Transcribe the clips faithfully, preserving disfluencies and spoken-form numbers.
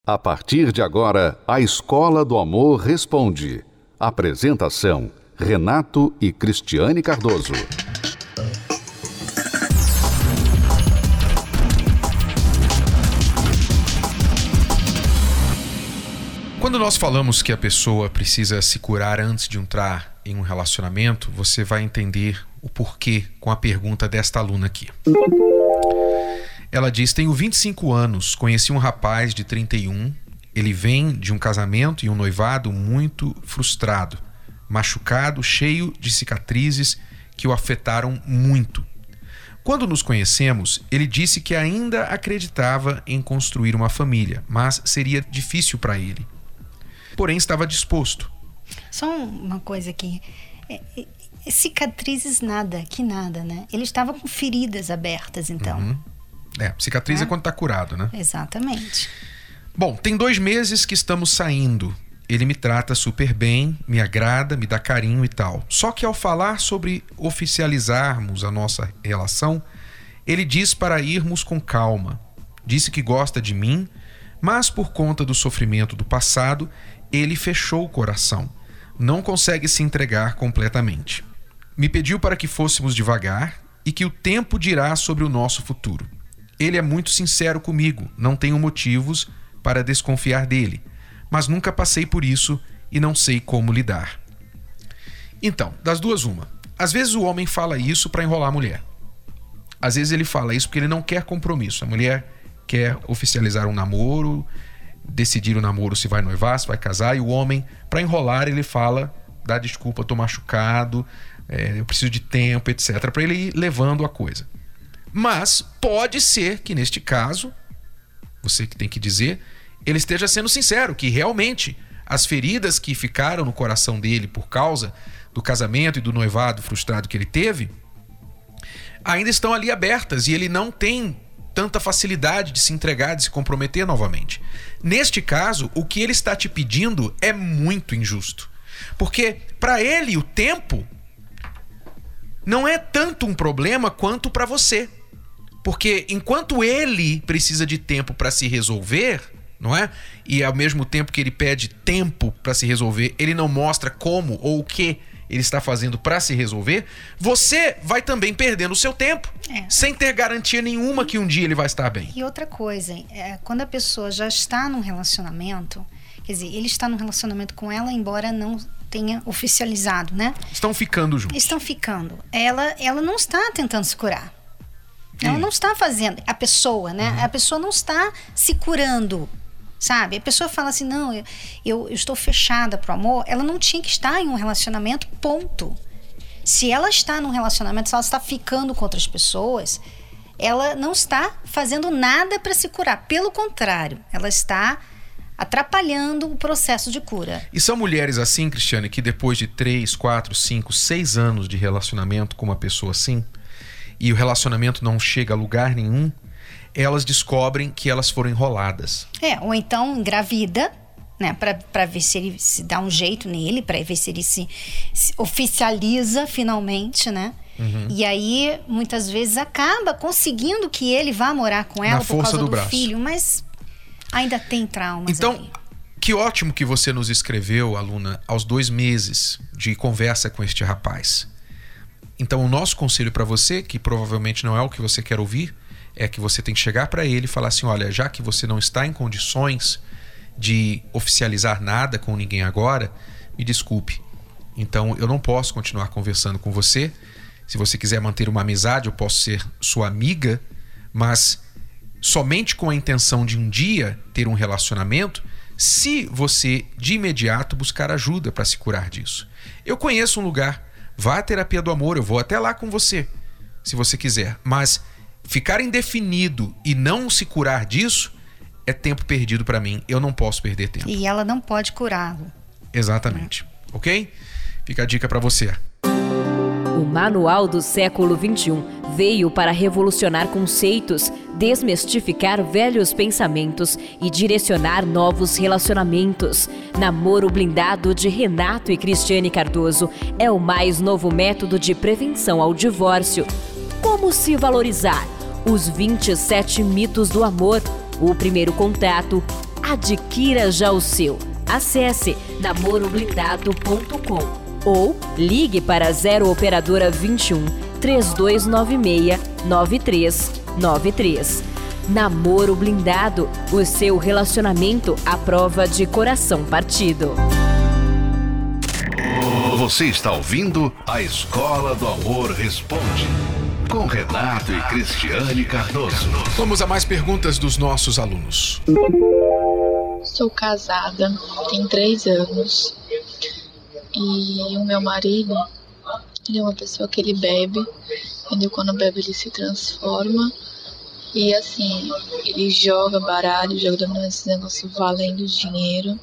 A partir de agora, a Escola do Amor Responde. Apresentação: Renato e Cristiane Cardoso. Quando nós falamos que a pessoa precisa se curar antes de entrar em um relacionamento, você vai entender o porquê com a pergunta desta aluna aqui. Ela diz: tenho vinte e cinco anos, conheci um rapaz de trinta e um, ele vem de um casamento e um noivado muito frustrado, machucado, cheio de cicatrizes que o afetaram muito. Quando nos conhecemos, ele disse que ainda acreditava em construir uma família, mas seria difícil para ele. Porém, estava disposto. Só uma coisa aqui. É, é, cicatrizes nada, que nada, né? Ele estava com feridas abertas, então. Uhum. É, cicatriz é, é quando está curado, né? Exatamente. Bom, tem dois meses que estamos saindo. Ele me trata super bem, me agrada, me dá carinho e tal. Só que ao falar sobre oficializarmos a nossa relação, ele diz para irmos com calma. Disse que gosta de mim, mas por conta do sofrimento do passado, ele fechou o coração. Não consegue se entregar completamente. Me pediu para que fôssemos devagar e que o tempo dirá sobre o nosso futuro. Ele é muito sincero comigo, não tenho motivos para desconfiar dele, mas nunca passei por isso e não sei como lidar. Então, das duas uma. Às vezes o homem fala isso para enrolar a mulher. Às vezes ele fala isso porque ele não quer compromisso. A mulher quer oficializar um namoro, decidir o namoro se vai noivar, se vai casar, e o homem, para enrolar, ele fala, dá desculpa, tô machucado, é, eu preciso de tempo, etcétera, para ele ir levando a coisa. Mas pode ser que neste caso, você que tem que dizer, ele esteja sendo sincero, que realmente as feridas que ficaram no coração dele por causa do casamento e do noivado frustrado que ele teve, ainda estão ali abertas e ele não tem tanta facilidade de se entregar, de se comprometer novamente. Neste caso, o que ele está te pedindo é muito injusto. Porque para ele o tempo não é tanto um problema quanto para você. Porque enquanto ele precisa de tempo para se resolver, não é? E ao mesmo tempo que ele pede tempo para se resolver, ele não mostra como ou o que ele está fazendo para se resolver, você vai também perdendo o seu tempo, é. sem ter garantia nenhuma que um dia ele vai estar bem. E outra coisa, é, quando a pessoa já está num relacionamento, quer dizer, ele está num relacionamento com ela, embora não tenha oficializado, né? Estão ficando juntos. Estão ficando. Ela, ela não está tentando se curar. Ela hum. não está fazendo, a pessoa, né? Uhum. A pessoa não está se curando. Sabe? A pessoa fala assim, não, eu, eu, eu estou fechada pro amor. Ela não tinha que estar em um relacionamento, ponto. Se ela está num relacionamento, se ela está ficando com outras pessoas, ela não está fazendo nada para se curar. Pelo contrário, ela está atrapalhando o processo de cura. E são mulheres assim, Cristiane, que depois de três, quatro, cinco, seis anos de relacionamento com uma pessoa assim, e o relacionamento não chega a lugar nenhum, elas descobrem que elas foram enroladas. É, ou então engravida, né, pra, pra ver se ele se dá um jeito nele, pra ver se ele se, se oficializa finalmente, né? Uhum. E aí, muitas vezes, acaba conseguindo que ele vá morar com ela Na por causa do, do braço. filho, mas ainda tem traumas. Então, ali. Que ótimo que você nos escreveu, aluna, aos dois meses de conversa com este rapaz. Então, o nosso conselho para você, que provavelmente não é o que você quer ouvir, é que você tem que chegar para ele e falar assim, olha, já que você não está em condições de oficializar nada com ninguém agora, me desculpe. Então, eu não posso continuar conversando com você. Se você quiser manter uma amizade, eu posso ser sua amiga, mas somente com a intenção de um dia ter um relacionamento, se você de imediato buscar ajuda para se curar disso. Eu conheço um lugar, vá à terapia do amor, eu vou até lá com você, se você quiser, mas ficar indefinido e não se curar disso é tempo perdido para mim. Eu não posso perder tempo. E ela não pode curá-lo. Exatamente. Ok? Fica a dica para você. O Manual do Século vinte e um veio para revolucionar conceitos, desmistificar velhos pensamentos e direcionar novos relacionamentos. Namoro Blindado de Renato e Cristiane Cardoso é o mais novo método de prevenção ao divórcio. Como se valorizar? Os vinte e sete mitos do amor, o primeiro contato, Adquira já o seu. Acesse namoro blindado ponto com ou ligue para zero operadora vinte e um, três dois nove seis, nove três nove três. Namoro Blindado, o seu relacionamento à prova de coração partido. Você está ouvindo a Escola do Amor Responde, com Renato e Cristiane Cardoso. Vamos a mais perguntas dos nossos alunos. Sou casada, tem três anos. E o meu marido, ele é uma pessoa que ele bebe. Entendeu? Quando bebe ele se transforma. E assim, ele joga baralho, joga esse negócio valendo dinheiro.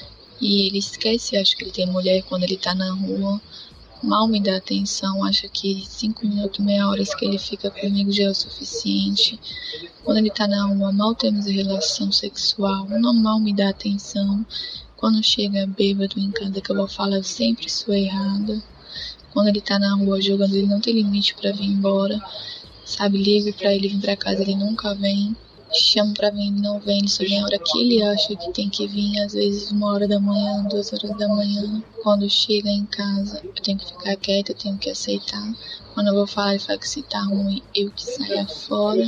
E ele esquece, acho que ele tem mulher quando ele tá na rua. Mal me dá atenção, acha que cinco minutos, meia hora que ele fica comigo já é o suficiente. Quando ele tá na rua, mal temos relação sexual, não mal me dá atenção. Quando chega bêbado em casa que eu vou falar, eu sempre sou errada. Quando ele tá na rua jogando, ele não tem limite pra vir embora. Sabe, ligo pra ele vir pra casa, ele nunca vem. Chamo pra vir, ele não vem, ele só vem a hora que ele acha que tem que vir, às vezes uma hora da manhã, duas horas da manhã. Quando chega em casa, eu tenho que ficar quieta, eu tenho que aceitar. Quando eu vou falar, ele fala que se tá ruim, eu que saia fora,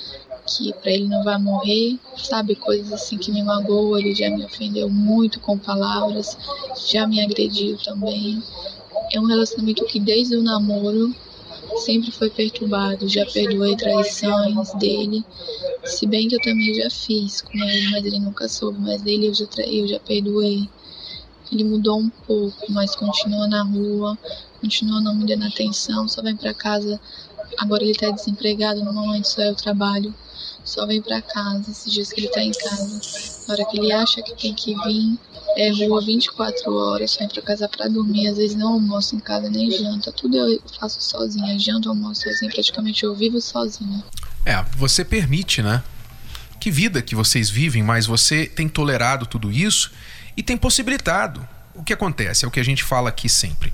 que pra ele não vai morrer, sabe, coisas assim que me magoam. Ele já me ofendeu muito com palavras, já me agrediu também. É um relacionamento que desde o namoro sempre foi perturbado, já perdoei traições dele, se bem que eu também já fiz com ele, mas ele nunca soube, mas dele eu já, tra... eu já perdoei. Ele mudou um pouco, mas continua na rua, continua não me dando atenção, só vem pra casa, agora ele tá desempregado, no momento só eu trabalho, só vem pra casa, esses dias que ele tá em casa, na hora que ele acha que tem que vir, é rua vinte e quatro horas, só vem pra casa pra dormir, às vezes não almoço em casa, nem janta, tudo eu faço sozinha, janto, almoço sozinha, praticamente eu vivo sozinha. É, você permite, né? Que vida que vocês vivem, mas você tem tolerado tudo isso e tem possibilitado. O que acontece? É o que a gente fala aqui sempre.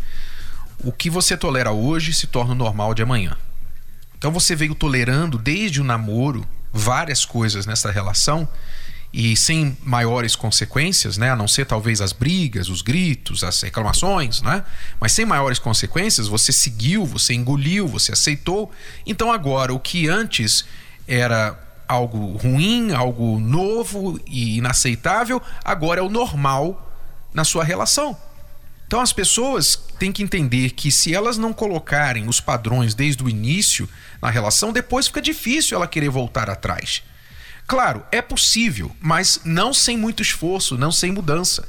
O que você tolera hoje se torna normal de amanhã. Então você veio tolerando desde o namoro várias coisas nessa relação e sem maiores consequências, né? A não ser talvez as brigas, os gritos, as reclamações, né? Mas sem maiores consequências, você seguiu, você engoliu, você aceitou. Então agora, o que antes era algo ruim, algo novo e inaceitável, agora é o normal na sua relação. Então as pessoas têm que entender que se elas não colocarem os padrões desde o início na relação, depois fica difícil ela querer voltar atrás. Claro, é possível, mas não sem muito esforço, não sem mudança.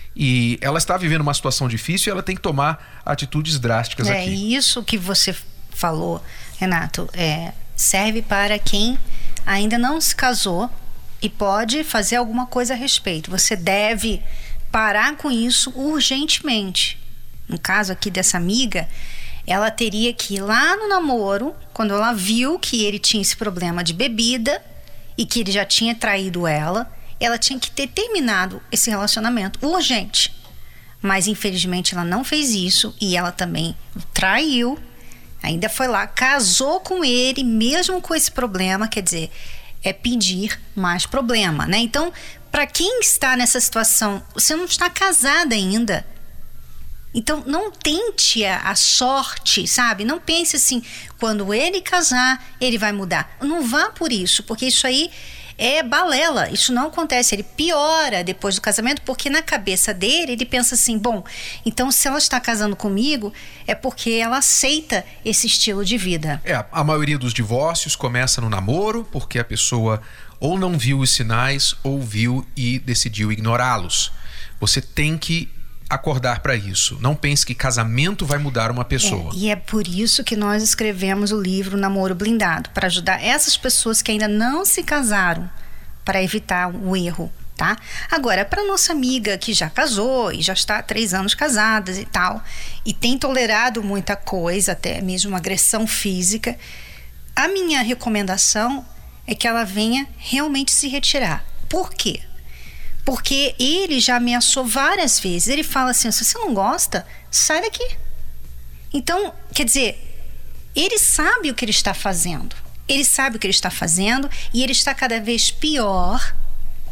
E ela está vivendo uma situação difícil e ela tem que tomar atitudes drásticas é, aqui. É isso que você falou, Renato, é, serve para quem ainda não se casou e pode fazer alguma coisa a respeito. Você deve parar com isso urgentemente. No caso aqui dessa amiga, ela teria que ir lá no namoro, quando ela viu que ele tinha esse problema de bebida e que ele já tinha traído ela, ela tinha que ter terminado esse relacionamento urgente. Mas infelizmente ela não fez isso e ela também traiu, ainda foi lá, casou com ele mesmo com esse problema, quer dizer, é pedir mais problema, né? Então, para quem está nessa situação, você não está casada ainda. Então, não tente a, a sorte, sabe? Não pense assim, quando ele casar, ele vai mudar. Não vá por isso, porque isso aí é balela. Isso não acontece. Ele piora depois do casamento, porque na cabeça dele, ele pensa assim, bom, então se ela está casando comigo, é porque ela aceita esse estilo de vida. É, a maioria dos divórcios começa no namoro, porque a pessoa ou não viu os sinais, ou viu e decidiu ignorá-los. Você tem que acordar para isso. Não pense que casamento vai mudar uma pessoa. É, e é por isso que nós escrevemos o livro Namoro Blindado, para ajudar essas pessoas que ainda não se casaram, para evitar o erro, tá? Agora, para nossa amiga que já casou e já está há três anos casadas e tal, e tem tolerado muita coisa, até mesmo agressão física, a minha recomendação é que ela venha realmente se retirar. Por quê? Porque ele já ameaçou várias vezes. Ele fala assim, se você não gosta, sai daqui. Então, quer dizer, ele sabe o que ele está fazendo. Ele sabe o que ele está fazendo e ele está cada vez pior.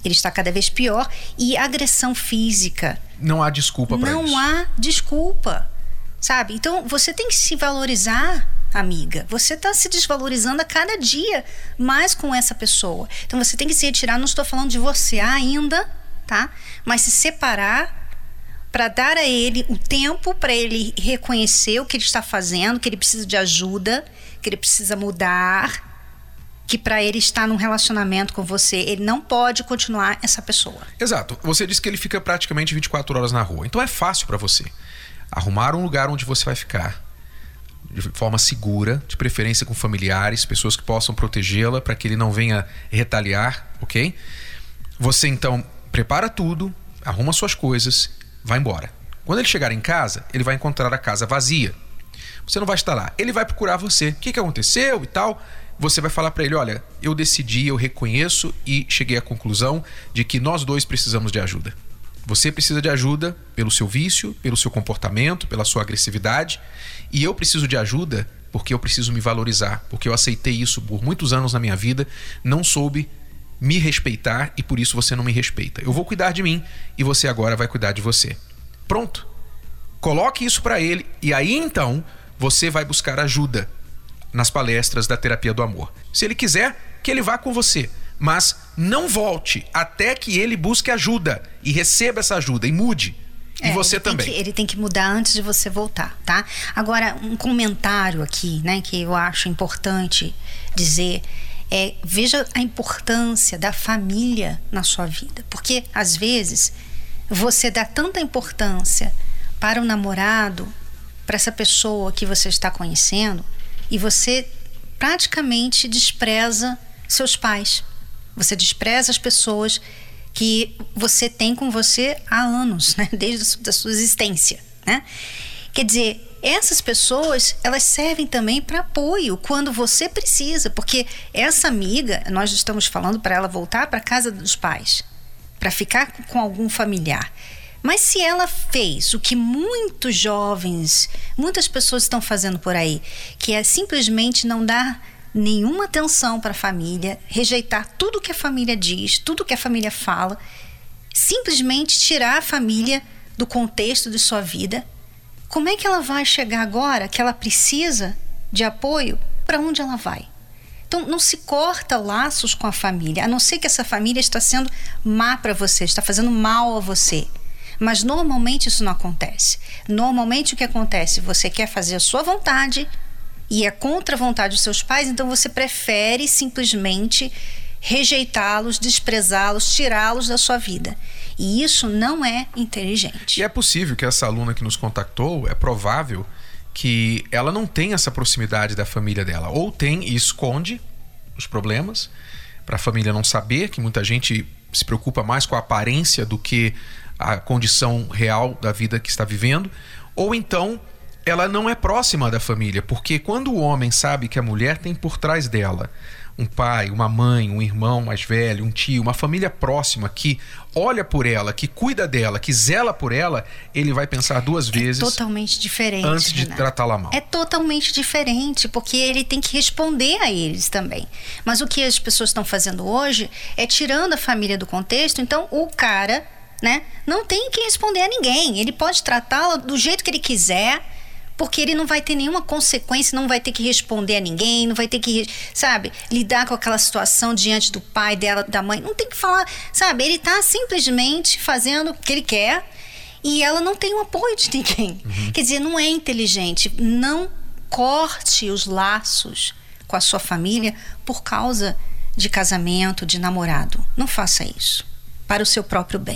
ele está cada vez pior. E agressão física. Não há desculpa para isso. Não há desculpa, sabe? Então, você tem que se valorizar, amiga. Você está se desvalorizando a cada dia mais com essa pessoa. Então, você tem que se retirar. Não estou falando de divorciar ainda, tá? Mas se separar para dar a ele o tempo para ele reconhecer o que ele está fazendo, que ele precisa de ajuda, que ele precisa mudar, que para ele estar num relacionamento com você, ele não pode continuar essa pessoa. Exato. Você disse que ele fica praticamente vinte e quatro horas na rua. Então é fácil para você arrumar um lugar onde você vai ficar de forma segura, de preferência com familiares, pessoas que possam protegê-la para que ele não venha retaliar, ok? Você então prepara tudo, arruma suas coisas, vai embora. Quando ele chegar em casa, ele vai encontrar a casa vazia. Você não vai estar lá. Ele vai procurar você. O que, que aconteceu e tal... Você vai falar para ele, olha, eu decidi, eu reconheço e cheguei à conclusão de que nós dois precisamos de ajuda. Você precisa de ajuda pelo seu vício, pelo seu comportamento, pela sua agressividade, e eu preciso de ajuda porque eu preciso me valorizar, porque eu aceitei isso por muitos anos na minha vida, não soube me respeitar e por isso você não me respeita. Eu vou cuidar de mim e você agora vai cuidar de você. Pronto. Coloque isso para ele e aí então você vai buscar ajuda nas palestras da terapia do amor. Se ele quiser, que ele vá com você. Mas não volte até que ele busque ajuda e receba essa ajuda e mude. E é, você ele também. Tem que, ele tem que mudar antes de você voltar, tá? Agora, um comentário aqui, né, que eu acho importante dizer é, veja a importância da família na sua vida. Porque, às vezes, você dá tanta importância para o namorado, para essa pessoa que você está conhecendo, e você praticamente despreza seus pais. Você despreza as pessoas que você tem com você há anos, né? Desde a sua existência, né? Quer dizer, essas pessoas, elas servem também para apoio quando você precisa, porque essa amiga, nós estamos falando para ela voltar para a casa dos pais, para ficar com algum familiar. Mas se ela fez o que muitos jovens, muitas pessoas estão fazendo por aí, que é simplesmente não dar nenhuma atenção para a família, rejeitar tudo que a família diz, tudo que a família fala, simplesmente tirar a família do contexto de sua vida, como é que ela vai chegar agora que ela precisa de apoio? Para onde ela vai? Então, não se corta laços com a família, a não ser que essa família está sendo má para você, está fazendo mal a você. Mas normalmente isso não acontece. Normalmente o que acontece? Você quer fazer a sua vontade e é contra a vontade dos seus pais, então você prefere simplesmente rejeitá-los, desprezá-los, tirá-los da sua vida. E isso não é inteligente. E é possível que essa aluna que nos contactou, é provável que ela não tenha essa proximidade da família dela. Ou tem e esconde os problemas para a família não saber, que muita gente se preocupa mais com a aparência do que a condição real da vida que está vivendo, ou então ela não é próxima da família, porque quando o homem sabe que a mulher tem por trás dela um pai, uma mãe, um irmão mais velho, um tio, uma família próxima que olha por ela, que cuida dela, que zela por ela, ele vai pensar duas vezes. É totalmente diferente, antes de Renato. tratá-la mal. É totalmente diferente, porque ele tem que responder a eles também. Mas o que as pessoas estão fazendo hoje é tirando a família do contexto, então o cara, né, não tem que responder a ninguém. Ele pode tratá-la do jeito que ele quiser, porque ele não vai ter nenhuma consequência, não vai ter que responder a ninguém, não vai ter que, sabe, lidar com aquela situação diante do pai dela, da mãe. Não tem que falar, sabe? Ele tá simplesmente fazendo o que ele quer e ela não tem o apoio de ninguém. Uhum. Quer dizer, não é inteligente. Não corte os laços com a sua família por causa de casamento, de namorado. Não faça isso. Para o seu próprio bem.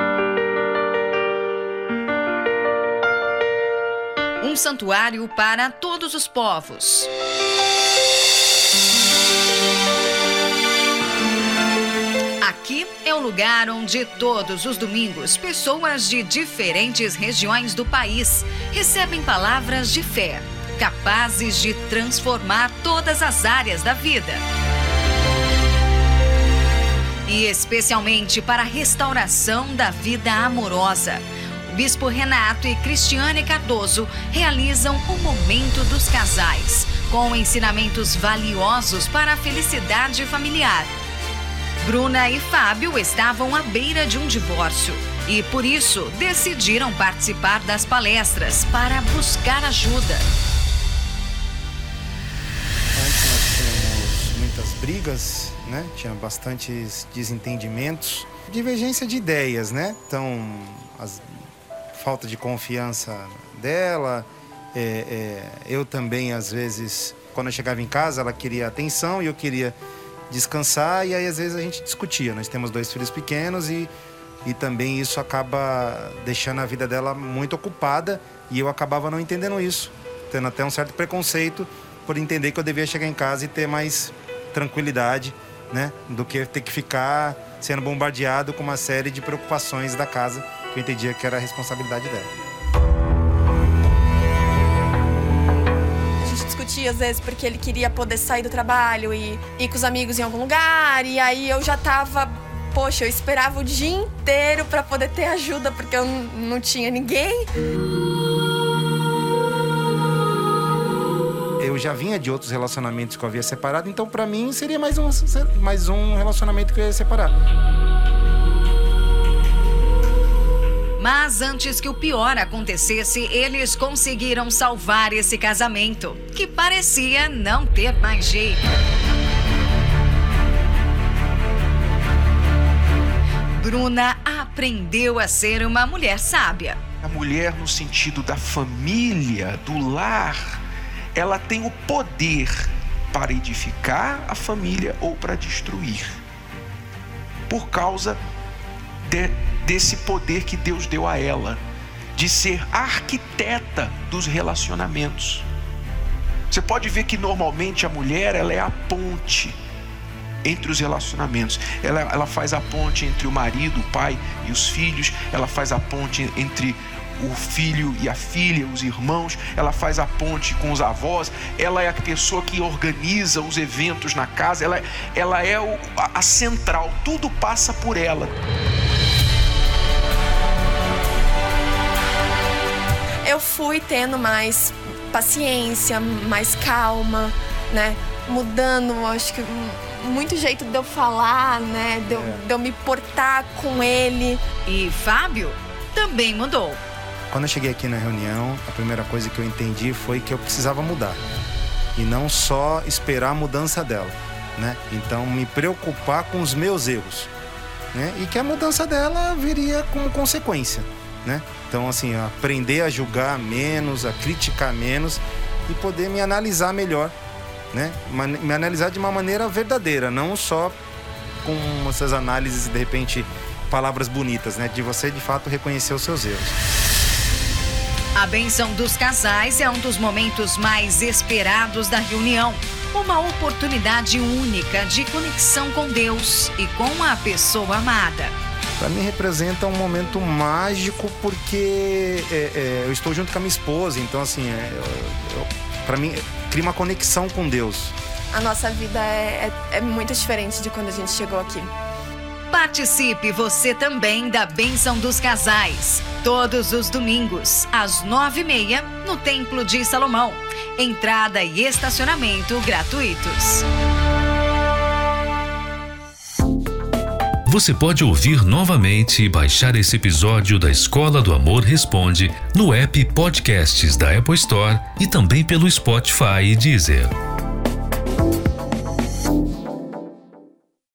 Um santuário para todos os povos. Aqui é o lugar onde todos os domingos pessoas de diferentes regiões do país recebem palavras de fé, capazes de transformar todas as áreas da vida. E especialmente para a restauração da vida amorosa. Bispo Renato e Cristiane Cardoso realizam o Momento dos Casais, com ensinamentos valiosos para a felicidade familiar. Bruna e Fábio estavam à beira de um divórcio e, por isso, decidiram participar das palestras para buscar ajuda. Antes nós tínhamos muitas brigas, né? Tinha bastantes desentendimentos, divergência de ideias, né? Então, as, falta de confiança dela, é, é, eu também, às vezes, quando eu chegava em casa, ela queria atenção e eu queria descansar, e aí às vezes a gente discutia. Nós temos dois filhos pequenos e, e também isso acaba deixando a vida dela muito ocupada, e eu acabava não entendendo isso, tendo até um certo preconceito por entender que eu devia chegar em casa e ter mais tranquilidade, né, do que ter que ficar sendo bombardeado com uma série de preocupações da casa, que eu entendia que era a responsabilidade dela. Discutia às vezes porque ele queria poder sair do trabalho e ir com os amigos em algum lugar, e aí eu já tava, poxa, eu esperava o dia inteiro pra poder ter ajuda porque eu não tinha ninguém. Eu já vinha de outros relacionamentos que eu havia separado, então pra mim seria mais um, mais um relacionamento que eu ia separar. Mas antes que o pior acontecesse, eles conseguiram salvar esse casamento, que parecia não ter mais jeito. Bruna aprendeu a ser uma mulher sábia. A mulher, no sentido da família, do lar, ela tem o poder para edificar a família ou para destruir. Por causa de desse poder que Deus deu a ela, de ser arquiteta dos relacionamentos. Você pode ver que normalmente a mulher, ela é a ponte entre os relacionamentos. Ela, ela faz a ponte entre o marido, o pai e os filhos. Ela faz a ponte entre o filho e a filha, os irmãos. Ela faz a ponte com os avós. Ela é a pessoa que organiza os eventos na casa. Ela, ela é o, a, a central. Tudo passa por ela. Eu fui tendo mais paciência, mais calma, né? Mudando, acho que muito jeito de eu falar, né? De eu, de eu me portar com ele. E Fábio também mudou. Quando eu cheguei aqui na reunião, a primeira coisa que eu entendi foi que eu precisava mudar. E não só esperar a mudança dela, né? Então, me preocupar com os meus erros, né? E que a mudança dela viria como consequência, né? Então, assim, aprender a julgar menos, a criticar menos e poder me analisar melhor, né? Me analisar de uma maneira verdadeira, não só com essas análises, de repente, palavras bonitas, né? De você, de fato, reconhecer os seus erros. A bênção dos casais é um dos momentos mais esperados da reunião. Uma oportunidade única de conexão com Deus e com a pessoa amada. Para mim representa um momento mágico porque é, é, eu estou junto com a minha esposa, então assim, é, para mim cria uma conexão com Deus. A nossa vida é, é, é muito diferente de quando a gente chegou aqui. Participe você também da Bênção dos Casais, todos os domingos, às nove e meia, no Templo de Salomão. Entrada e estacionamento gratuitos. Você pode ouvir novamente e baixar esse episódio da Escola do Amor Responde no app Podcasts da Apple Store e também pelo Spotify e Deezer.